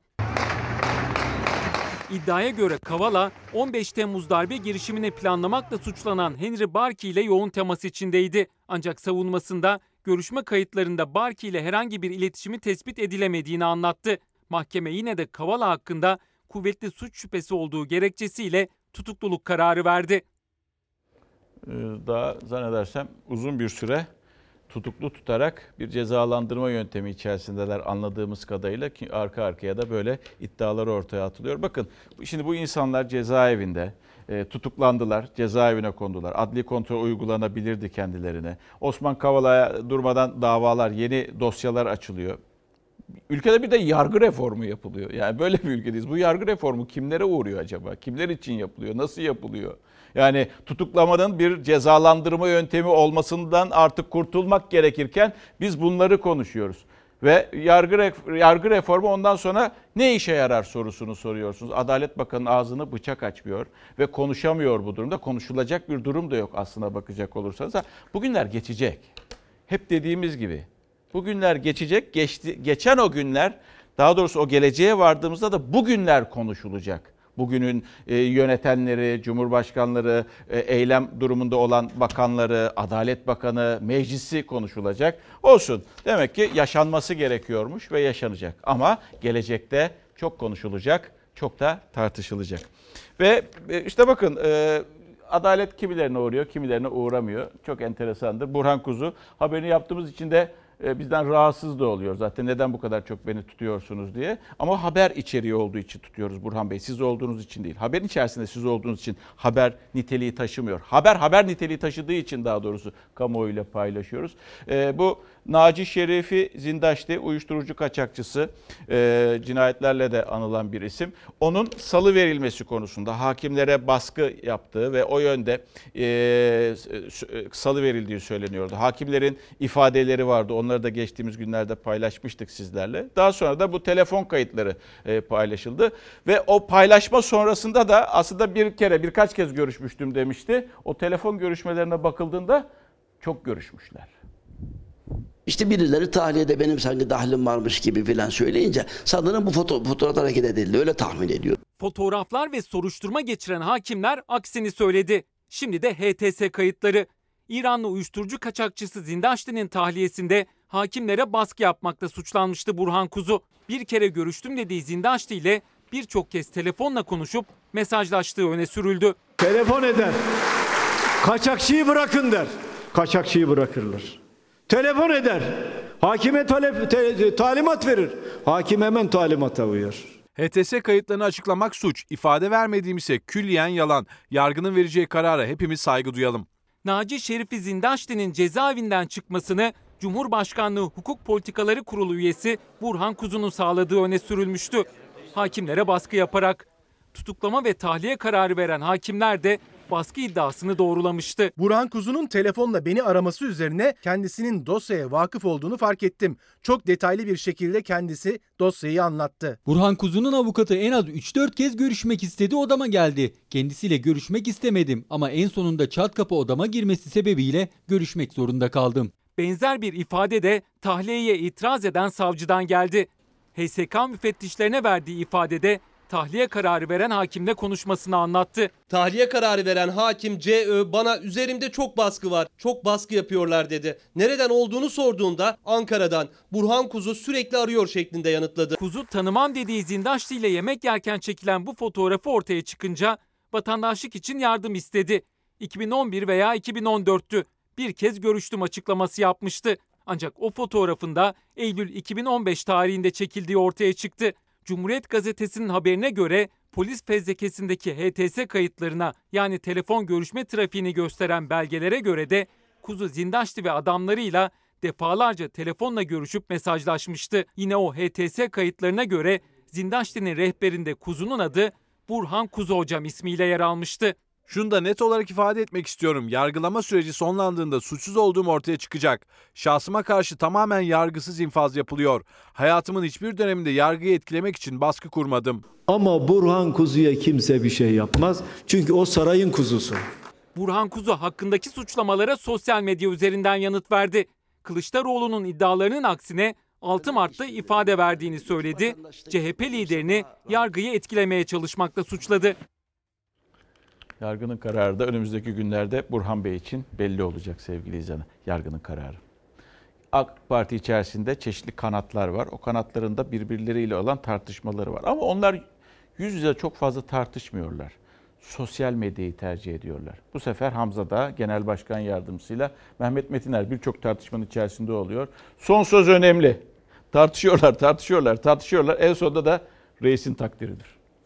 Speaker 14: İddiaya göre Kavala 15 Temmuz darbe girişimini planlamakla suçlanan Henry Barkey ile yoğun temas içindeydi. Ancak savunmasında görüşme kayıtlarında Barkey ile herhangi bir iletişimi tespit edilemediğini anlattı. Mahkeme yine de Kavala hakkında kuvvetli suç şüphesi olduğu gerekçesiyle tutukluluk kararı verdi.
Speaker 1: Daha zannedersem uzun bir süre tutuklu tutarak bir cezalandırma yöntemi içerisindeler anladığımız kadarıyla, ki arka arkaya da böyle iddialar ortaya atılıyor. Bakın şimdi bu insanlar cezaevinde tutuklandılar, cezaevine kondular. Adli kontrol uygulanabilirdi kendilerine. Osman Kavala'ya durmadan davalar, yeni dosyalar açılıyor. Ülkede bir de yargı reformu yapılıyor. Yani böyle bir ülkedeyiz. Bu yargı reformu kimlere uğruyor acaba? Kimler için yapılıyor? Nasıl yapılıyor? Yani tutuklamanın bir cezalandırma yöntemi olmasından artık kurtulmak gerekirken biz bunları konuşuyoruz. Ve yargı reformu ondan sonra ne işe yarar sorusunu soruyorsunuz. Adalet Bakanı'nın ağzını bıçak açmıyor ve konuşamıyor bu durumda. Konuşulacak bir durum da yok aslına bakacak olursanız. Bugünler geçecek. Hep dediğimiz gibi. Bugünler geçecek. Geçen o günler, daha doğrusu o geleceğe vardığımızda da bugünler konuşulacak. Bugünün yönetenleri, cumhurbaşkanları, eylem durumunda olan bakanları, Adalet Bakanı, meclisi konuşulacak. Olsun. Demek ki yaşanması gerekiyormuş ve yaşanacak. Ama gelecekte çok konuşulacak, çok da tartışılacak. Ve işte bakın adalet kimilerine uğruyor, kimilerine uğramıyor. Çok enteresandır. Burhan Kuzu haberini yaptığımız için de bizden rahatsız da oluyor zaten, neden bu kadar çok beni tutuyorsunuz diye. Ama haber içeriği olduğu için tutuyoruz Burhan Bey. Siz olduğunuz için değil. Haberin içerisinde siz olduğunuz için haber niteliği taşımıyor. Haber niteliği taşıdığı için daha doğrusu kamuoyuyla paylaşıyoruz. Bu Naci Şerifi Zindaşti, uyuşturucu kaçakçısı, cinayetlerle de anılan bir isim. Onun salı verilmesi konusunda hakimlere baskı yaptığı ve o yönde salı verildiği söyleniyordu. Hakimlerin ifadeleri vardı. Onları da geçtiğimiz günlerde paylaşmıştık sizlerle. Daha sonra da bu telefon kayıtları paylaşıldı. Ve o paylaşma sonrasında da aslında birkaç kez görüşmüştüm demişti. O telefon görüşmelerine bakıldığında çok görüşmüşler.
Speaker 16: İşte birileri tahliyede benim sanki dahlim varmış gibi filan söyleyince sanırım bu fotoğraf hareket edildi. Öyle tahmin ediyorum.
Speaker 14: Fotoğraflar ve soruşturma geçiren hakimler aksini söyledi. Şimdi de HTS kayıtları. İranlı uyuşturucu kaçakçısı Zindaşti'nin tahliyesinde hakimlere baskı yapmakla suçlanmıştı Burhan Kuzu. Bir kere görüştüm dediği Zindaşti ile birçok kez telefonla konuşup mesajlaştığı öne sürüldü.
Speaker 5: Telefon eder. Kaçakçıyı bırakın der. Kaçakçıyı bırakırlar. Telefon eder. Hakime talimat verir. Hakim hemen talimata uyar.
Speaker 17: HTS kayıtlarını açıklamak suç, ifade vermediğim ise külliyen yalan. Yargının vereceği karara hepimiz saygı duyalım.
Speaker 14: Naci Şerifi Zindaşti'nin cezaevinden çıkmasını Cumhurbaşkanlığı Hukuk Politikaları Kurulu üyesi Burhan Kuzu'nun sağladığı öne sürülmüştü. Hakimlere baskı yaparak tutuklama ve tahliye kararı veren hakimler de baskı iddiasını doğrulamıştı.
Speaker 18: Burhan Kuzu'nun telefonla beni araması üzerine kendisinin dosyaya vakıf olduğunu fark ettim. Çok detaylı bir şekilde kendisi dosyayı anlattı.
Speaker 12: Burhan Kuzu'nun avukatı en az 3-4 kez görüşmek istedi, odama geldi. Kendisiyle görüşmek istemedim ama en sonunda çat kapı odama girmesi sebebiyle görüşmek zorunda kaldım.
Speaker 14: Benzer bir ifade de tahliyeye itiraz eden savcıdan geldi. HSK müfettişlerine verdiği ifadede tahliye kararı veren hakimle konuşmasını anlattı.
Speaker 6: Tahliye kararı veren hakim C.Ö. bana üzerimde çok baskı var, çok baskı yapıyorlar dedi. Nereden olduğunu sorduğunda Ankara'dan. Burhan Kuzu sürekli arıyor şeklinde yanıtladı.
Speaker 14: Kuzu tanımam dediği Zindaşti ile yemek yerken çekilen bu fotoğrafı ortaya çıkınca vatandaşlık için yardım istedi. 2011 veya 2014'tü. Bir kez görüştüm açıklaması yapmıştı. Ancak o fotoğrafında Eylül 2015 tarihinde çekildiği ortaya çıktı. Cumhuriyet Gazetesi'nin haberine göre Polis fezlekesindeki HTS kayıtlarına yani telefon görüşme trafiğini gösteren belgelere göre de Kuzu Zindaşti ve adamlarıyla defalarca telefonla görüşüp mesajlaşmıştı. Yine o HTS kayıtlarına göre Zindaşti'nin rehberinde Kuzu'nun adı Burhan Kuzu Hocam ismiyle yer almıştı.
Speaker 17: Şunu da net olarak ifade etmek istiyorum. Yargılama süreci sonlandığında suçsuz olduğum ortaya çıkacak. Şahsıma karşı tamamen yargısız infaz yapılıyor. Hayatımın hiçbir döneminde yargıyı etkilemek için baskı kurmadım.
Speaker 5: Ama Burhan Kuzu'ya kimse bir şey yapmaz. Çünkü o sarayın kuzusu.
Speaker 14: Burhan Kuzu hakkındaki suçlamalara sosyal medya üzerinden yanıt verdi. Kılıçdaroğlu'nun iddialarının aksine 6 Mart'ta ifade verdiğini söyledi. CHP liderini yargıyı etkilemeye çalışmakla suçladı.
Speaker 1: Yargının kararı da önümüzdeki günlerde Burhan Bey için belli olacak sevgili izleyenler. Yargının kararı. AK Parti içerisinde çeşitli kanatlar var. O kanatların da birbirleriyle olan tartışmaları var. Ama onlar yüz yüze çok fazla tartışmıyorlar. Sosyal medyayı tercih ediyorlar. Bu sefer Hamza Dağ Genel Başkan Yardımcısıyla Mehmet Metiner birçok tartışmanın içerisinde oluyor. Son söz önemli. Tartışıyorlar. En sonunda da reisin takdiridir.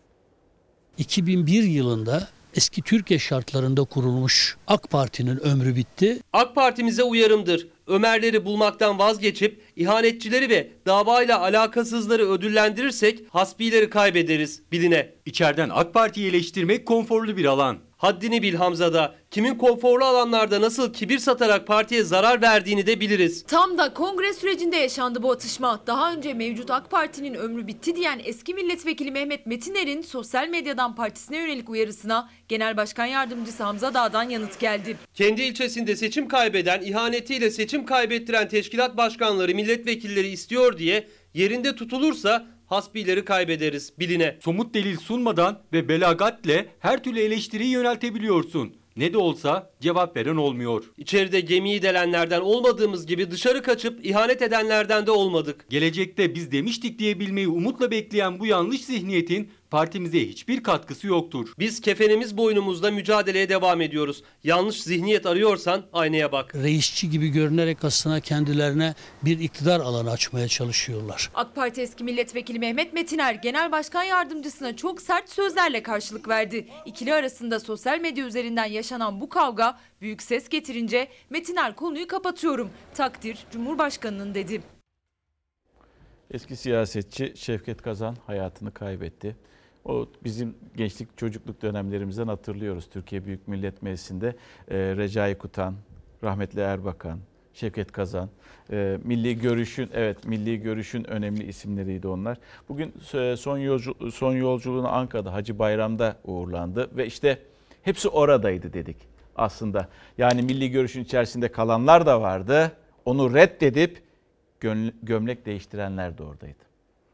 Speaker 19: 2001 yılında eski Türkiye şartlarında kurulmuş AK Parti'nin ömrü bitti.
Speaker 6: AK Parti'mize uyarımdır. Ömerleri bulmaktan vazgeçip ihanetçileri ve davayla alakasızları ödüllendirirsek hasbileri kaybederiz biline.
Speaker 12: İçeriden AK Parti'yi eleştirmek konforlu bir alan.
Speaker 6: Haddini bil Hamza'da. Kimin konforlu alanlarda nasıl kibir satarak partiye zarar verdiğini de biliriz.
Speaker 20: Tam da kongre sürecinde yaşandı bu atışma. Daha önce mevcut AK Parti'nin ömrü bitti diyen eski milletvekili Mehmet Metiner'in sosyal medyadan partisine yönelik uyarısına Genel Başkan Yardımcısı Hamza Dağ'dan yanıt geldi.
Speaker 6: Kendi ilçesinde seçim kaybeden, ihanetiyle seçim kaybettiren teşkilat başkanları, milletvekilleri istiyor diye yerinde tutulursa hasbileri kaybederiz biline.
Speaker 12: Somut delil sunmadan ve belagatle her türlü eleştiriyi yöneltebiliyorsun. Ne de olsa cevap veren olmuyor.
Speaker 6: İçeride gemiyi delenlerden olmadığımız gibi dışarı kaçıp ihanet edenlerden de olmadık.
Speaker 12: Gelecekte biz demiştik diyebilmeyi umutla bekleyen bu yanlış zihniyetin partimize hiçbir katkısı yoktur.
Speaker 6: Biz kefenimiz boynumuzda mücadeleye devam ediyoruz. Yanlış zihniyet arıyorsan aynaya bak.
Speaker 19: Reisçi gibi görünerek aslında kendilerine bir iktidar alanı açmaya çalışıyorlar.
Speaker 20: AK Parti eski milletvekili Mehmet Metiner Genel Başkan Yardımcısına çok sert sözlerle karşılık verdi. İkili arasında sosyal medya üzerinden yaşanan bu kavga büyük ses getirince Metiner konuyu kapatıyorum. Takdir Cumhurbaşkanı'nın dedi.
Speaker 1: Eski siyasetçi Şevket Kazan hayatını kaybetti. O bizim gençlik çocukluk dönemlerimizden hatırlıyoruz. Türkiye Büyük Millet Meclisi'nde Recai Kutan, rahmetli Erbakan, Şevket Kazan, Milli Görüş'ün önemli isimleriydi onlar. Bugün son yolculuğuna Ankara'da Hacı Bayram'da uğurlandı ve işte hepsi oradaydı dedik aslında. Yani Milli Görüş'ün içerisinde kalanlar da vardı. Onu reddedip gömlek değiştirenler de oradaydı.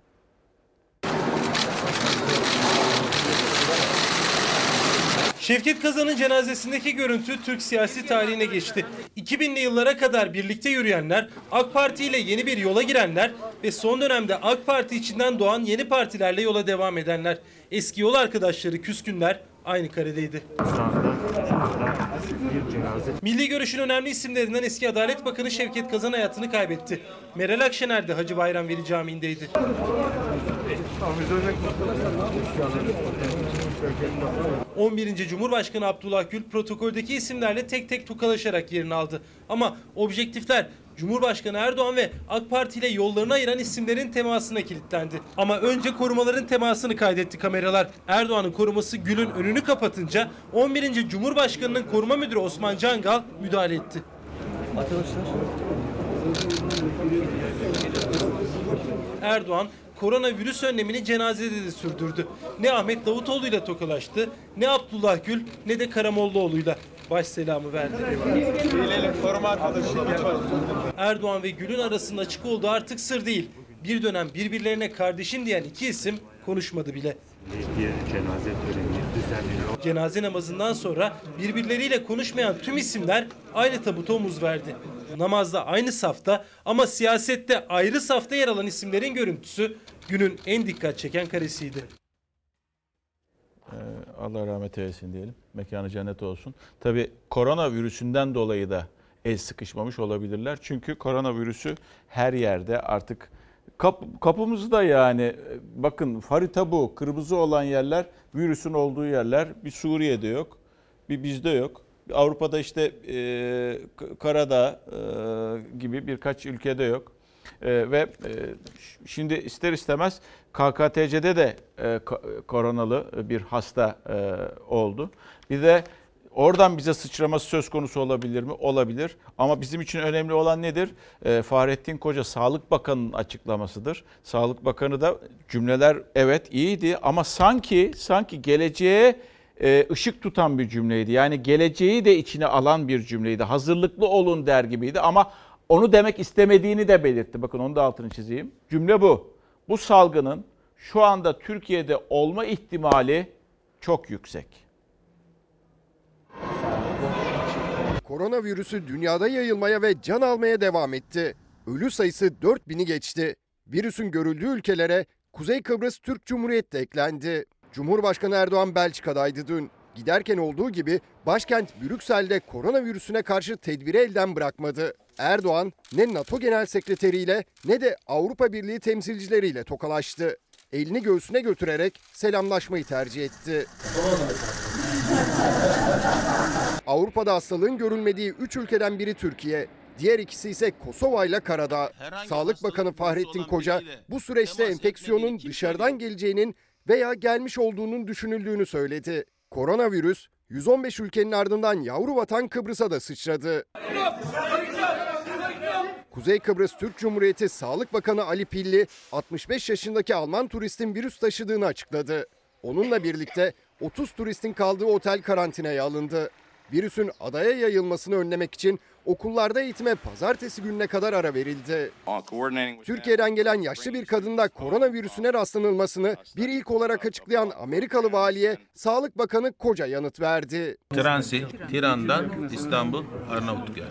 Speaker 7: Şevket Kazan'ın cenazesindeki görüntü Türk siyasi tarihine geçti. 2000'li yıllara kadar birlikte yürüyenler, AK Parti ile yeni bir yola girenler ve son dönemde AK Parti içinden doğan yeni partilerle yola devam edenler. Eski yol arkadaşları, küskünler aynı karedeydi. Milli Görüş'ün önemli isimlerinden eski Adalet Bakanı Şevket Kazan hayatını kaybetti. Meral Akşener de Hacı Bayram Veli Camii'ndeydi. 11. Cumhurbaşkanı Abdullah Gül protokoldeki isimlerle tek tek tokalaşarak yerini aldı. Ama objektifler Cumhurbaşkanı Erdoğan ve AK Parti ile yollarını ayıran isimlerin temasına kilitlendi. Ama önce korumaların temasını kaydetti kameralar. Erdoğan'ın koruması Gül'ün önünü kapatınca 11. Cumhurbaşkanı'nın koruma müdürü Osman Cangal müdahale etti. Erdoğan koronavirüs önlemini cenazede de sürdürdü. Ne Ahmet Davutoğlu ile tokalaştı, ne Abdullah Gül, ne de Karamollaoğlu'yla başselamı verdi. Erdoğan ve Gül'ün arasında açık olduğu artık sır değil. Bir dönem birbirlerine kardeşim diyen iki isim konuşmadı bile. Cenaze namazından sonra birbirleriyle konuşmayan tüm isimler aynı tabuta omuz verdi. Namazda aynı safta ama siyasette ayrı safta yer alan isimlerin görüntüsü günün en dikkat çeken karesiydi.
Speaker 1: Allah rahmet eylesin diyelim. Mekanı cennet olsun. Tabii koronavirüsünden dolayı da el sıkışmamış olabilirler. Çünkü koronavirüsü her yerde artık Kapımızda yani bakın harita bu. Kırmızı olan yerler virüsün olduğu yerler. Bir Suriye'de yok, bir bizde yok. Avrupa'da işte Karadağ gibi birkaç ülkede yok. Şimdi ister istemez KKTC'de de koronalı bir hasta oldu. Bir de oradan bize sıçraması söz konusu olabilir mi? Olabilir. Ama bizim için önemli olan nedir? Fahrettin Koca Sağlık Bakanı'nın açıklamasıdır. Sağlık Bakanı da cümleler evet iyiydi ama sanki geleceğe ışık tutan bir cümleydi. Yani geleceği de içine alan bir cümleydi. Hazırlıklı olun der gibiydi ama onu demek istemediğini de belirtti. Bakın onu da altını çizeyim. Cümle bu. Bu salgının şu anda Türkiye'de olma ihtimali çok yüksek.
Speaker 21: Koronavirüsü dünyada yayılmaya ve can almaya devam etti. Ölü sayısı 4000'i geçti. Virüsün görüldüğü ülkelere Kuzey Kıbrıs Türk Cumhuriyeti de eklendi. Cumhurbaşkanı Erdoğan Belçika'daydı dün. Giderken olduğu gibi başkent Brüksel'de koronavirüsüne karşı tedbiri elden bırakmadı. Erdoğan ne NATO Genel Sekreteri ile ne de Avrupa Birliği temsilcileriyle tokalaştı. Elini göğsüne götürerek selamlaşmayı tercih etti. Avrupa'da hastalığın görülmediği 3 ülkeden biri Türkiye. Diğer ikisi ise Kosova ile Karadağ. Sağlık Bakanı Fahrettin Koca bu süreçte enfeksiyonun dışarıdan geleceğinin veya gelmiş olduğunun düşünüldüğünü söyledi. Koronavirüs 115 ülkenin ardından yavru vatan Kıbrıs'a da sıçradı. Kuzey Kıbrıs Türk Cumhuriyeti Sağlık Bakanı Ali Pilli 65 yaşındaki Alman turistin virüs taşıdığını açıkladı. Onunla birlikte 30 turistin kaldığı otel karantinaya alındı. Virüsün adaya yayılmasını önlemek için okullarda eğitime pazartesi gününe kadar ara verildi. Türkiye'den gelen yaşlı bir kadında koronavirüsüne rastlanılmasını bir ilk olarak açıklayan Amerikalı valiye Sağlık Bakanı Koca yanıt verdi.
Speaker 22: Transit, Tiran'dan İstanbul, Arnavutluk'a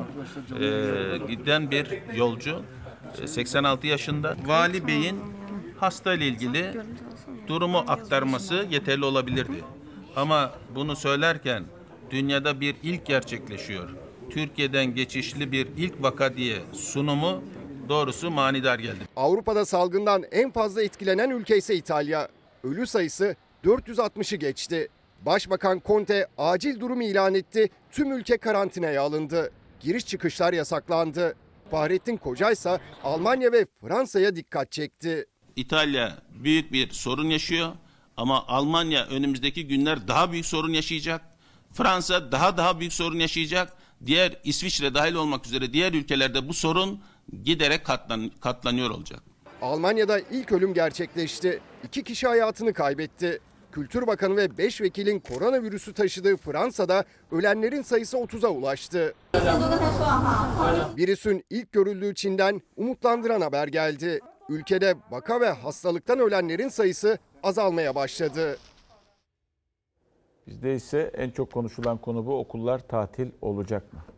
Speaker 22: giden bir yolcu 86 yaşında. Vali Bey'in hasta ile ilgili durumu aktarması yeterli olabilirdi. Ama bunu söylerken dünyada bir ilk gerçekleşiyor. Türkiye'den geçişli bir ilk vaka diye sunumu doğrusu manidar geldi.
Speaker 21: Avrupa'da salgından en fazla etkilenen ülke ise İtalya. Ölü sayısı 460'ı geçti. Başbakan Conte acil durum ilan etti. Tüm ülke karantinaya alındı. Giriş çıkışlar yasaklandı. Fahrettin Koca ise Almanya ve Fransa'ya dikkat çekti.
Speaker 22: İtalya büyük bir sorun yaşıyor ama Almanya önümüzdeki günler daha büyük sorun yaşayacak. Fransa daha büyük sorun yaşayacak. Diğer İsviçre dahil olmak üzere diğer ülkelerde bu sorun giderek katlanıyor olacak.
Speaker 21: Almanya'da ilk ölüm gerçekleşti. 2 kişi hayatını kaybetti. Kültür Bakanı ve 5 vekilin koronavirüsü taşıdığı Fransa'da ölenlerin sayısı 30'a ulaştı. Virüsün ilk görüldüğü Çin'den umutlandıran haber geldi. Ülkede vaka ve hastalıktan ölenlerin sayısı azalmaya başladı.
Speaker 1: Bizde ise en çok konuşulan konu bu. Okullar tatil olacak mı?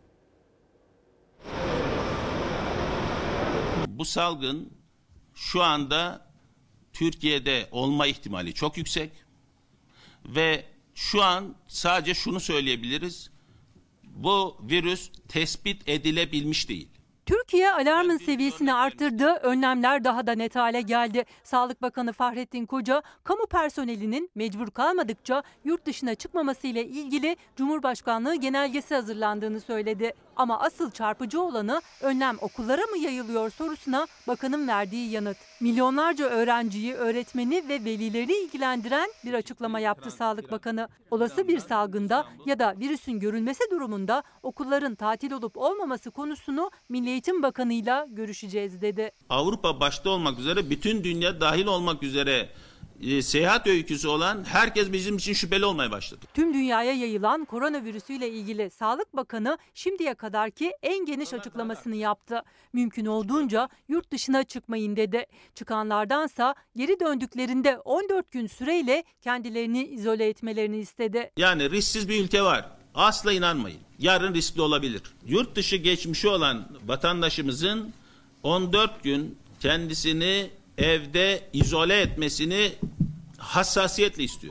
Speaker 22: Bu salgın şu anda Türkiye'de olma ihtimali çok yüksek. Ve şu an sadece şunu söyleyebiliriz. Bu virüs tespit edilebilmiş değil.
Speaker 23: Türkiye alarmın seviyesini arttırdı, önlemler daha da net hale geldi. Sağlık Bakanı Fahrettin Koca, kamu personelinin mecbur kalmadıkça yurt dışına çıkmamasıyla ilgili Cumhurbaşkanlığı genelgesi hazırlandığını söyledi. Ama asıl çarpıcı olanı önlem okullara mı yayılıyor sorusuna bakanın verdiği yanıt. Milyonlarca öğrenciyi, öğretmeni ve velileri ilgilendiren bir açıklama yaptı Sağlık Bakanı. Olası bir salgında ya da virüsün görülmesi durumunda okulların tatil olup olmaması konusunu Milli Eğitim Bakanı'yla görüşeceğiz dedi.
Speaker 22: Avrupa başta olmak üzere bütün dünya dahil olmak üzere seyahat öyküsü olan herkes bizim için şüpheli olmaya başladı.
Speaker 23: Tüm dünyaya yayılan koronavirüsüyle ilgili Sağlık Bakanı şimdiye kadarki en geniş açıklamasını yaptı. Mümkün olduğunca yurt dışına çıkmayın dedi. Çıkanlardansa geri döndüklerinde 14 gün süreyle kendilerini izole etmelerini istedi.
Speaker 22: Yani risksiz bir ülke var. Asla inanmayın. Yarın riskli olabilir. Yurt dışı geçmişi olan vatandaşımızın 14 gün kendisini evde izole etmesini hassasiyetle istiyoruz.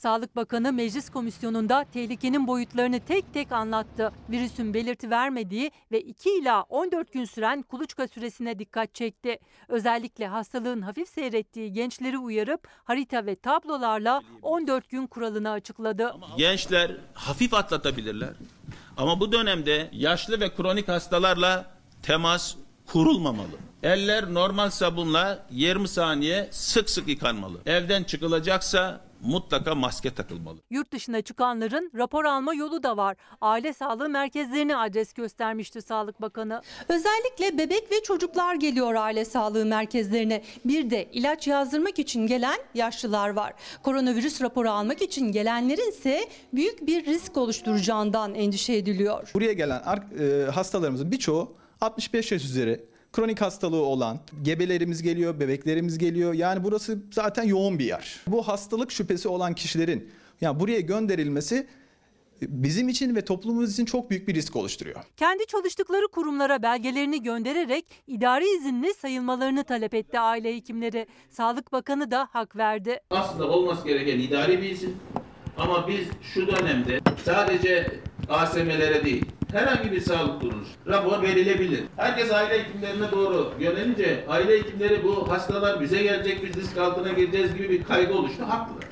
Speaker 23: Sağlık Bakanı meclis komisyonunda tehlikenin boyutlarını tek tek anlattı. Virüsün belirti vermediği ve 2 ila 14 gün süren kuluçka süresine dikkat çekti. Özellikle hastalığın hafif seyrettiği gençleri uyarıp harita ve tablolarla 14 gün kuralını açıkladı.
Speaker 22: Gençler hafif atlatabilirler. Ama bu dönemde yaşlı ve kronik hastalarla temas kurulmamalı. Eller normal sabunla 20 saniye sık sık yıkanmalı. Evden çıkılacaksa mutlaka maske takılmalı.
Speaker 23: Yurt dışına çıkanların rapor alma yolu da var. Aile sağlığı merkezlerine adres göstermişti Sağlık Bakanı. Özellikle bebek ve çocuklar geliyor aile sağlığı merkezlerine. Bir de ilaç yazdırmak için gelen yaşlılar var. Koronavirüs raporu almak için gelenlerin ise büyük bir risk oluşturacağından endişe ediliyor.
Speaker 8: Buraya gelen hastalarımızın birçoğu 65 yaş üzeri, kronik hastalığı olan gebelerimiz geliyor, bebeklerimiz geliyor. Yani burası zaten yoğun bir yer. Bu hastalık şüphesi olan kişilerin yani buraya gönderilmesi bizim için ve toplumumuz için çok büyük bir risk oluşturuyor.
Speaker 23: Kendi çalıştıkları kurumlara belgelerini göndererek idari izinli sayılmalarını talep etti aile hekimleri. Sağlık Bakanı da hak verdi.
Speaker 22: Aslında olması gereken idari bir izin. Ama biz şu dönemde sadece ASM'lere değil, herhangi bir sağlık kuruluş rapor verilebilir. Herkes aile hekimlerine doğru yönelince aile hekimleri bu hastalar bize gelecek, biz risk altına gireceğiz gibi bir kaygı oluştu. Haklılar.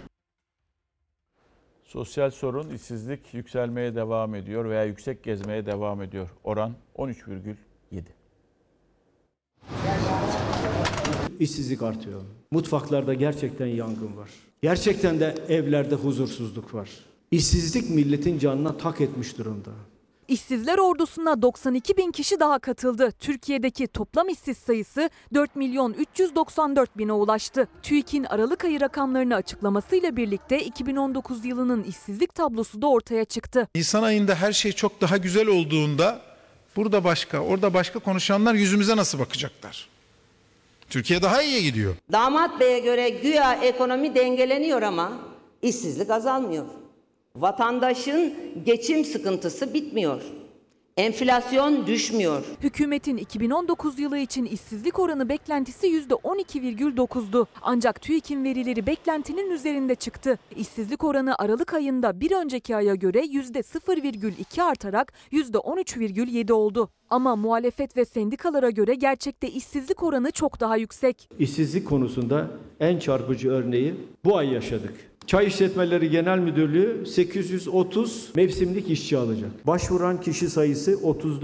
Speaker 1: Sosyal sorun, işsizlik yükselmeye devam ediyor veya yüksek gezmeye devam ediyor. Oran 13,7.
Speaker 5: İşsizlik artıyor. Mutfaklarda gerçekten yangın var. Gerçekten de evlerde huzursuzluk var. İşsizlik milletin canına tak etmiş durumda.
Speaker 9: İşsizler ordusuna 92 bin kişi daha katıldı. Türkiye'deki toplam işsiz sayısı 4 milyon 394 bine ulaştı. TÜİK'in Aralık ayı rakamlarını açıklamasıyla birlikte 2019 yılının işsizlik tablosu da ortaya çıktı.
Speaker 10: Nisan ayında her şey çok daha güzel olduğunda burada başka, orada başka konuşanlar yüzümüze nasıl bakacaklar? Türkiye daha iyiye gidiyor.
Speaker 3: Damat Bey'e göre güya ekonomi dengeleniyor ama işsizlik azalmıyor. Vatandaşın geçim sıkıntısı bitmiyor. Enflasyon düşmüyor.
Speaker 9: Hükümetin 2019 yılı için işsizlik oranı beklentisi %12,9'du. Ancak TÜİK'in verileri beklentinin üzerinde çıktı. İşsizlik oranı Aralık ayında bir önceki aya göre %0,2 artarak %13,7 oldu. Ama muhalefet ve sendikalara göre gerçekte işsizlik oranı çok daha yüksek.
Speaker 5: İşsizlik konusunda en çarpıcı örneği bu ay yaşadık. Çay İşletmeleri Genel Müdürlüğü 830 mevsimlik işçi alacak. Başvuran kişi sayısı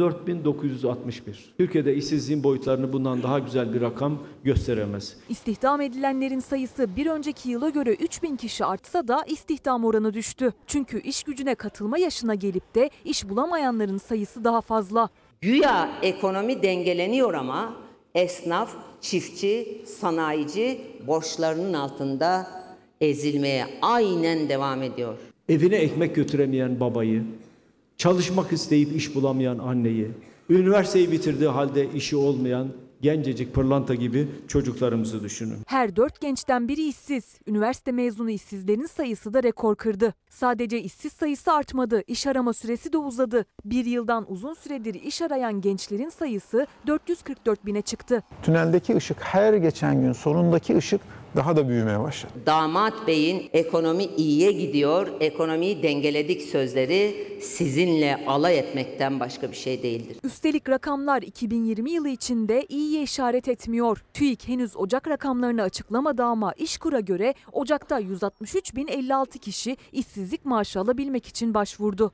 Speaker 5: 34.961. Türkiye'de işsizliğin boyutlarını bundan daha güzel bir rakam gösteremez.
Speaker 9: İstihdam edilenlerin sayısı bir önceki yıla göre 3000 kişi artsa da istihdam oranı düştü. Çünkü iş gücüne katılma yaşına gelip de iş bulamayanların sayısı daha fazla.
Speaker 3: Güya ekonomi dengeleniyor ama esnaf, çiftçi, sanayici borçlarının altında ezilmeye aynen devam ediyor.
Speaker 5: Evine ekmek götüremeyen babayı, çalışmak isteyip iş bulamayan anneyi, üniversiteyi bitirdiği halde işi olmayan gencecik pırlanta gibi çocuklarımızı düşünün.
Speaker 9: Her 4 gençten biri işsiz. Üniversite mezunu işsizlerin sayısı da rekor kırdı. Sadece işsiz sayısı artmadı, iş arama süresi de uzadı. Bir yıldan uzun süredir iş arayan gençlerin sayısı 444 bine çıktı.
Speaker 24: Tüneldeki ışık her geçen gün sonundaki ışık daha da büyümeye başladı.
Speaker 3: Damat Bey'in ekonomi iyiye gidiyor, ekonomiyi dengeledik sözleri sizinle alay etmekten başka bir şey değildir.
Speaker 9: Üstelik rakamlar 2020 yılı içinde iyiye işaret etmiyor. TÜİK henüz Ocak rakamlarını açıklamadı ama İşkur'a göre Ocak'ta 163.056 kişi işsizlik maaşı alabilmek için başvurdu.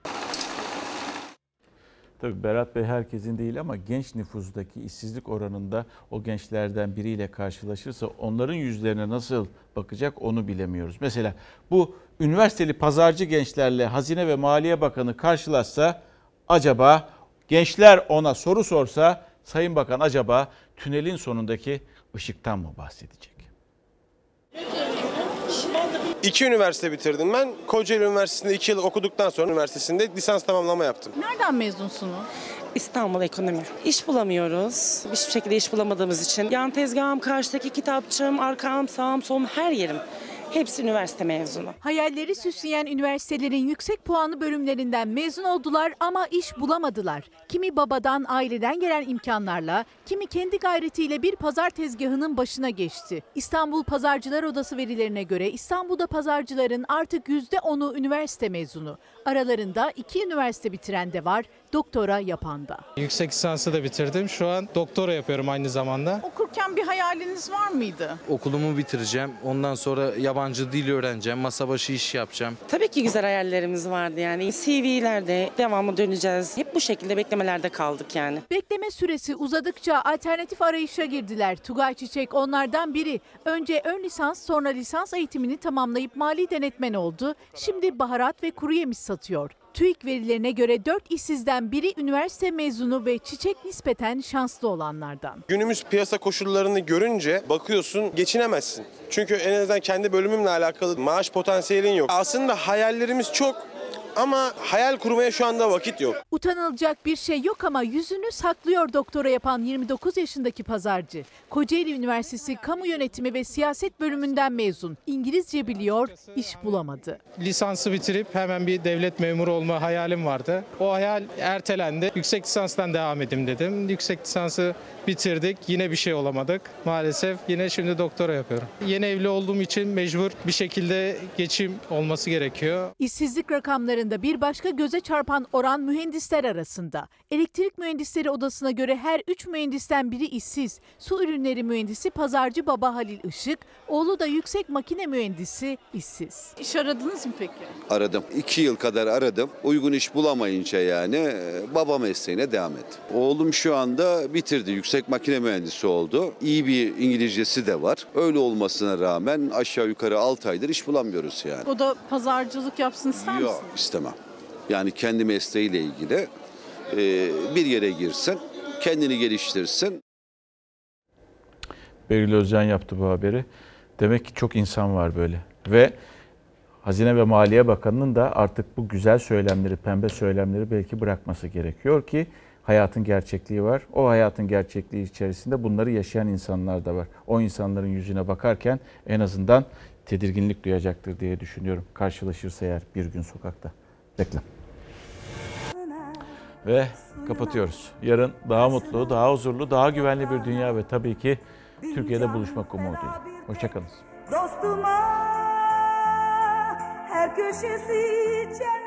Speaker 1: Tabii Berat Bey herkesin değil ama genç nüfustaki işsizlik oranında o gençlerden biriyle karşılaşırsa onların yüzlerine nasıl bakacak onu bilemiyoruz. Mesela bu üniversiteli pazarcı gençlerle Hazine ve Maliye Bakanı karşılaşsa acaba gençler ona soru sorsa Sayın Bakan acaba tünelin sonundaki ışıktan mı bahsedecek?
Speaker 25: 2 üniversite bitirdim ben. Kocaeli Üniversitesi'nde 2 yıl okuduktan sonra üniversitesinde lisans tamamlama yaptım.
Speaker 26: Nereden mezunsunuz?
Speaker 27: İstanbul Ekonomi. İş bulamıyoruz. Hiçbir şekilde iş bulamadığımız için. Yan tezgahım, karşıdaki kitapçım, arkam, sağım, solum her yerim. Hepsi üniversite mezunu.
Speaker 2: Hayalleri süsleyen üniversitelerin yüksek puanlı bölümlerinden mezun oldular ama iş bulamadılar. Kimi babadan, aileden gelen imkanlarla, kimi kendi gayretiyle bir pazar tezgahının başına geçti. İstanbul Pazarcılar Odası verilerine göre İstanbul'da pazarcıların artık %10'u üniversite mezunu. Aralarında 2 üniversite bitiren de var, doktora yapan da.
Speaker 4: Yüksek lisansı da bitirdim. Şu an doktora yapıyorum aynı zamanda.
Speaker 11: Okurken bir hayaliniz var mıydı?
Speaker 4: Okulumu bitireceğim. Ondan sonra yabancı dil öğreneceğim. Masa başı iş yapacağım.
Speaker 27: Tabii ki güzel hayallerimiz vardı yani. CV'lerde devamlı döneceğiz. Hep bu şekilde beklemelerde kaldık yani.
Speaker 2: Bekleme süresi uzadıkça alternatif arayışa girdiler. Tugay Çiçek onlardan biri. Önce ön lisans sonra lisans eğitimini tamamlayıp mali denetmen oldu. Şimdi baharat ve kuru yemiş satıyor. TÜİK verilerine göre 4 işsizden biri üniversite mezunu ve Çiçek nispeten şanslı olanlardan.
Speaker 25: Günümüz piyasa koşullarını görünce bakıyorsun geçinemezsin. Çünkü en azından kendi bölümümle alakalı maaş potansiyelin yok. Aslında hayallerimiz çok ama hayal kurmaya şu anda vakit yok.
Speaker 2: Utanılacak bir şey yok ama yüzünü saklıyor doktora yapan 29 yaşındaki pazarcı. Kocaeli Üniversitesi Kamu Yönetimi ve Siyaset bölümünden mezun. İngilizce biliyor, iş bulamadı.
Speaker 4: Lisansı bitirip hemen bir devlet memuru olma hayalim vardı. O hayal ertelendi. Yüksek lisanstan devam edeyim dedim. Yüksek lisansı bitirdik. Yine bir şey olamadık. Maalesef yine şimdi doktora yapıyorum. Yeni evli olduğum için mecbur bir şekilde geçim olması gerekiyor.
Speaker 2: İşsizlik rakamlarında bir başka göze çarpan oran mühendisler arasında. Elektrik Mühendisleri Odası'na göre her 3 mühendisten biri işsiz. Su ürünleri mühendisi pazarcı baba Halil Işık, oğlu da yüksek makine mühendisi işsiz.
Speaker 11: İş aradınız mı peki?
Speaker 13: Aradım. 2 yıl kadar aradım. Uygun iş bulamayınca yani baba mesleğine devam ettim. Oğlum şu anda bitirdi. Yüksek makine mühendisi oldu. İyi bir İngilizcesi de var. Öyle olmasına rağmen aşağı yukarı 6 aydır iş bulamıyoruz yani.
Speaker 11: O da pazarcılık yapsın ister misiniz?
Speaker 13: Yok, istemem. Yani kendi mesleğiyle ilgili bir yere girsin, kendini geliştirsin.
Speaker 1: Beril Özcan yaptı bu haberi. Demek ki çok insan var böyle. Ve Hazine ve Maliye Bakanı'nın da artık bu güzel söylemleri, pembe söylemleri belki bırakması gerekiyor ki hayatın gerçekliği var. O hayatın gerçekliği içerisinde bunları yaşayan insanlar da var. O insanların yüzüne bakarken en azından tedirginlik duyacaktır diye düşünüyorum. Karşılaşırsa eğer bir gün sokakta. Reklam. Ve kapatıyoruz. Yarın daha mutlu, daha huzurlu, daha güvenli bir dünya ve tabii ki Türkiye'de buluşmak umuduyla. Hoşçakalın.
Speaker 15: Dostuma her köşesi